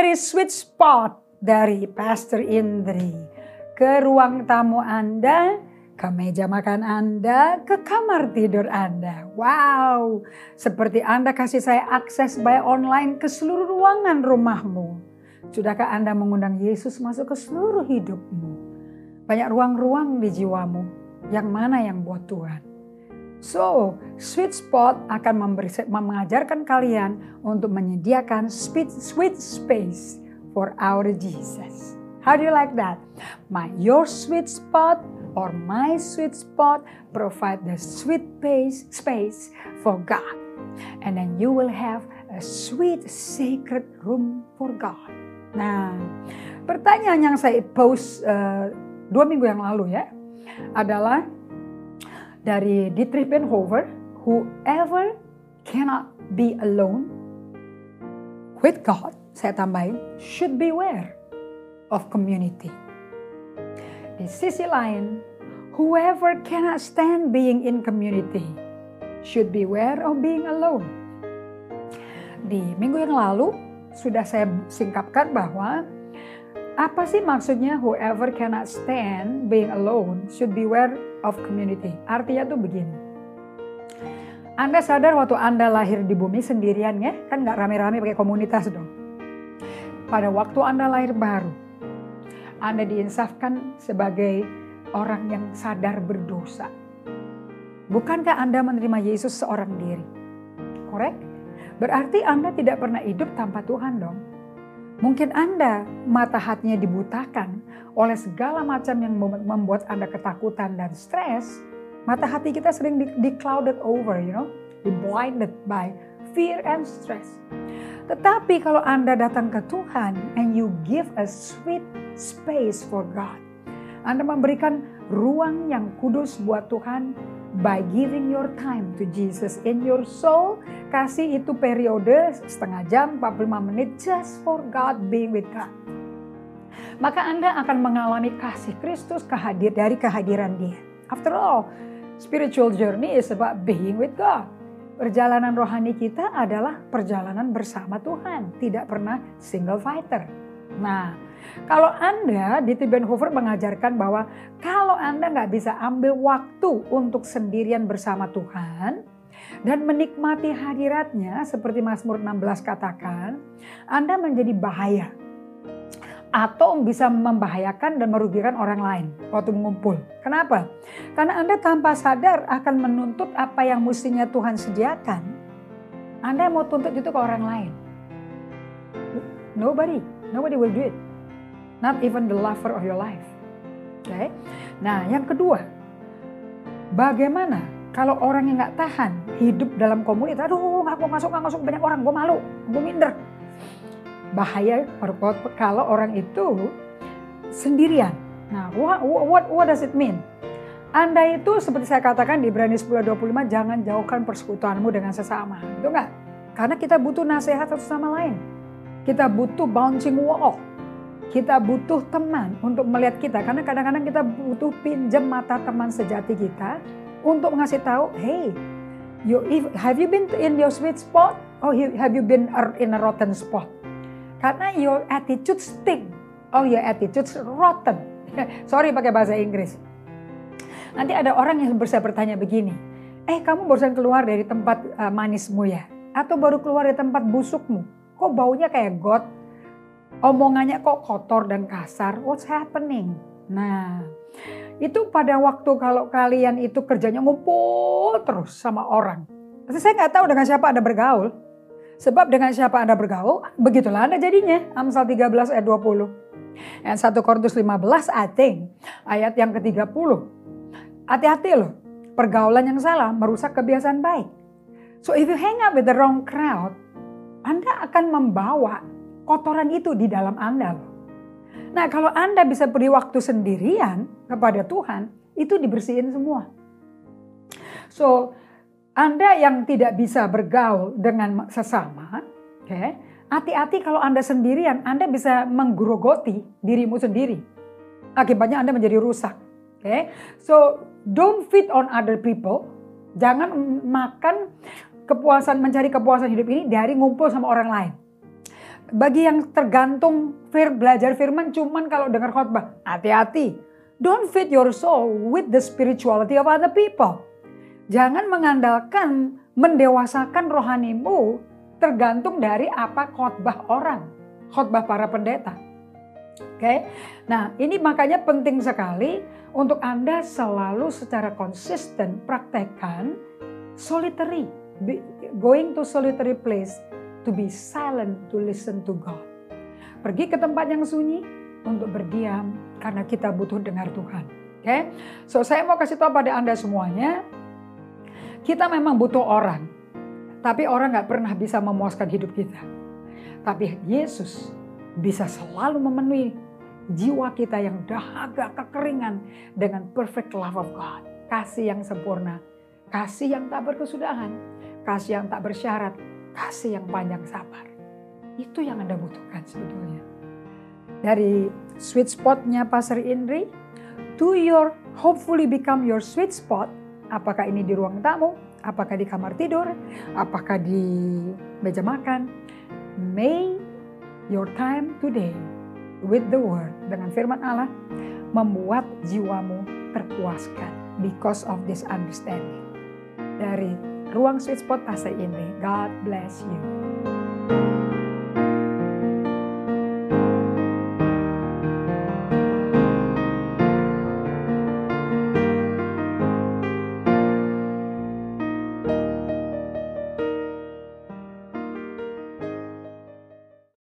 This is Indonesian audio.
very sweet spot dari Pastor Indri. Ke ruang tamu Anda, ke meja makan Anda, ke kamar tidur Anda. Wow, seperti Anda kasih saya akses by online ke seluruh ruangan rumahmu. Sudahkah Anda mengundang Yesus masuk ke seluruh hidupmu? Banyak ruang-ruang di jiwamu, yang mana yang buat Tuhan? So, sweet spot akan mengajarkan kalian untuk menyediakan sweet space for our Jesus. How do you like that? Your sweet spot or my sweet spot provide the sweet space for God. And then you will have a sweet sacred room for God. Nah, pertanyaan yang saya post 2 minggu yang lalu ya, adalah dari Dietrich Bonhoeffer, whoever cannot be alone with God, saya tambahin, should beware of community. Di sisi lain, whoever cannot stand being in community should beware of being alone. Di minggu yang lalu sudah saya singkapkan bahwa apa sih maksudnya whoever cannot stand being alone should beware of community. Artinya tuh begini. Anda sadar waktu Anda lahir di bumi sendirian ya? Kan gak rame-rame pakai komunitas dong. Pada waktu Anda lahir baru, Anda diinsafkan sebagai orang yang sadar berdosa. Bukankah Anda menerima Yesus seorang diri? Korek? Berarti Anda tidak pernah hidup tanpa Tuhan dong. Mungkin Anda mata hatinya dibutakan oleh segala macam yang membuat Anda ketakutan dan stres. Mata hati kita sering di-clouded over, di-blinded by fear and stress. Tetapi kalau Anda datang ke Tuhan and you give a sweet space for God, Anda memberikan ruang yang kudus buat Tuhan by giving your time to Jesus in your soul. Kasih itu periode setengah jam, 45 menit just for God, being with God. Maka Anda akan mengalami kasih Kristus dari kehadiran Dia. After all, spiritual journey is about being with God. Perjalanan rohani kita adalah perjalanan bersama Tuhan, tidak pernah single fighter. Nah, kalau Anda, Dietrich Bonhoeffer mengajarkan bahwa kalau Anda nggak bisa ambil waktu untuk sendirian bersama Tuhan dan menikmati hadiratnya seperti Mazmur 16 katakan, Anda menjadi bahaya atau bisa membahayakan dan merugikan orang lain waktu mengumpul. Kenapa? Karena Anda tanpa sadar akan menuntut apa yang mestinya Tuhan sediakan. Anda mau tuntut itu ke orang lain. Nobody will do it. Not even the lover of your life. Okay? Nah, yang kedua, bagaimana kalau orang yang nggak tahan hidup dalam komunitas? Aduh, nggak masuk banyak orang, gue malu, gue minder. Bahaya kalau orang itu sendirian. Nah, what does it mean? Anda itu seperti saya katakan di Ibrani 10:25, jangan jauhkan persekutuanmu dengan sesama. Itu enggak? Karena kita butuh nasihat satu sama lain. Kita butuh bouncing wall. Kita butuh teman untuk melihat kita. Karena kadang-kadang kita butuh pinjam mata teman sejati kita untuk ngasih tahu, hey, have you been in your sweet spot? Or have you been in a rotten spot? Karena your attitude stink. Oh, your attitude rotten. Sorry pakai bahasa Inggris. Nanti ada orang yang bisa bertanya begini. Kamu barusan keluar dari tempat manismu ya? Atau baru keluar dari tempat busukmu? Kok baunya kayak got? Omongannya kok kotor dan kasar? What's happening? Nah, itu pada waktu kalau kalian itu kerjanya ngumpul terus sama orang. Tapi saya nggak tahu dengan siapa Anda bergaul. Sebab dengan siapa Anda bergaul, begitulah Anda jadinya. Amsal 13 ayat 20. Dan 1 Korintus 15 ayat yang ke-30. Hati-hati loh, pergaulan yang salah merusak kebiasaan baik. So if you hang out with the wrong crowd, Anda akan membawa kotoran itu di dalam Anda loh. Nah, kalau Anda bisa beri waktu sendirian kepada Tuhan, itu dibersihin semua. So, Anda yang tidak bisa bergaul dengan sesama, hati-hati kalau Anda sendirian, Anda bisa menggerogoti dirimu sendiri. Akibatnya Anda menjadi rusak. So, don't feed on other people. Jangan makan mencari kepuasan hidup ini dari ngumpul sama orang lain. bagi yang tergantung belajar firman cuman kalau dengar khotbah, hati-hati. Don't feed your soul with the spirituality of other people. Jangan mengandalkan mendewasakan rohanimu tergantung dari apa khotbah orang, khotbah para pendeta. Oke, nah ini makanya penting sekali untuk Anda selalu secara konsisten praktekkan solitary, going to solitary place to be silent to listen to God. Pergi ke tempat yang sunyi untuk berdiam karena kita butuh dengar Tuhan. Oke, so saya mau kasih tahu pada Anda semuanya, kita memang butuh orang, tapi orang nggak pernah bisa memuaskan hidup kita. Tapi Yesus bisa selalu memenuhi jiwa kita yang dahaga kekeringan dengan perfect love of God. Kasih yang sempurna, kasih yang tak berkesudahan, kasih yang tak bersyarat, kasih yang panjang sabar. Itu yang Anda butuhkan sebetulnya. Dari sweet spotnya Pastor Indri, to your hopefully become your sweet spot. Apakah ini di ruang tamu, apakah di kamar tidur, apakah di meja makan. May your time today with the word, dengan firman Allah, membuat jiwamu terpuaskan because of this understanding. Dari ruang sweet spot Pastor Indri, God bless you.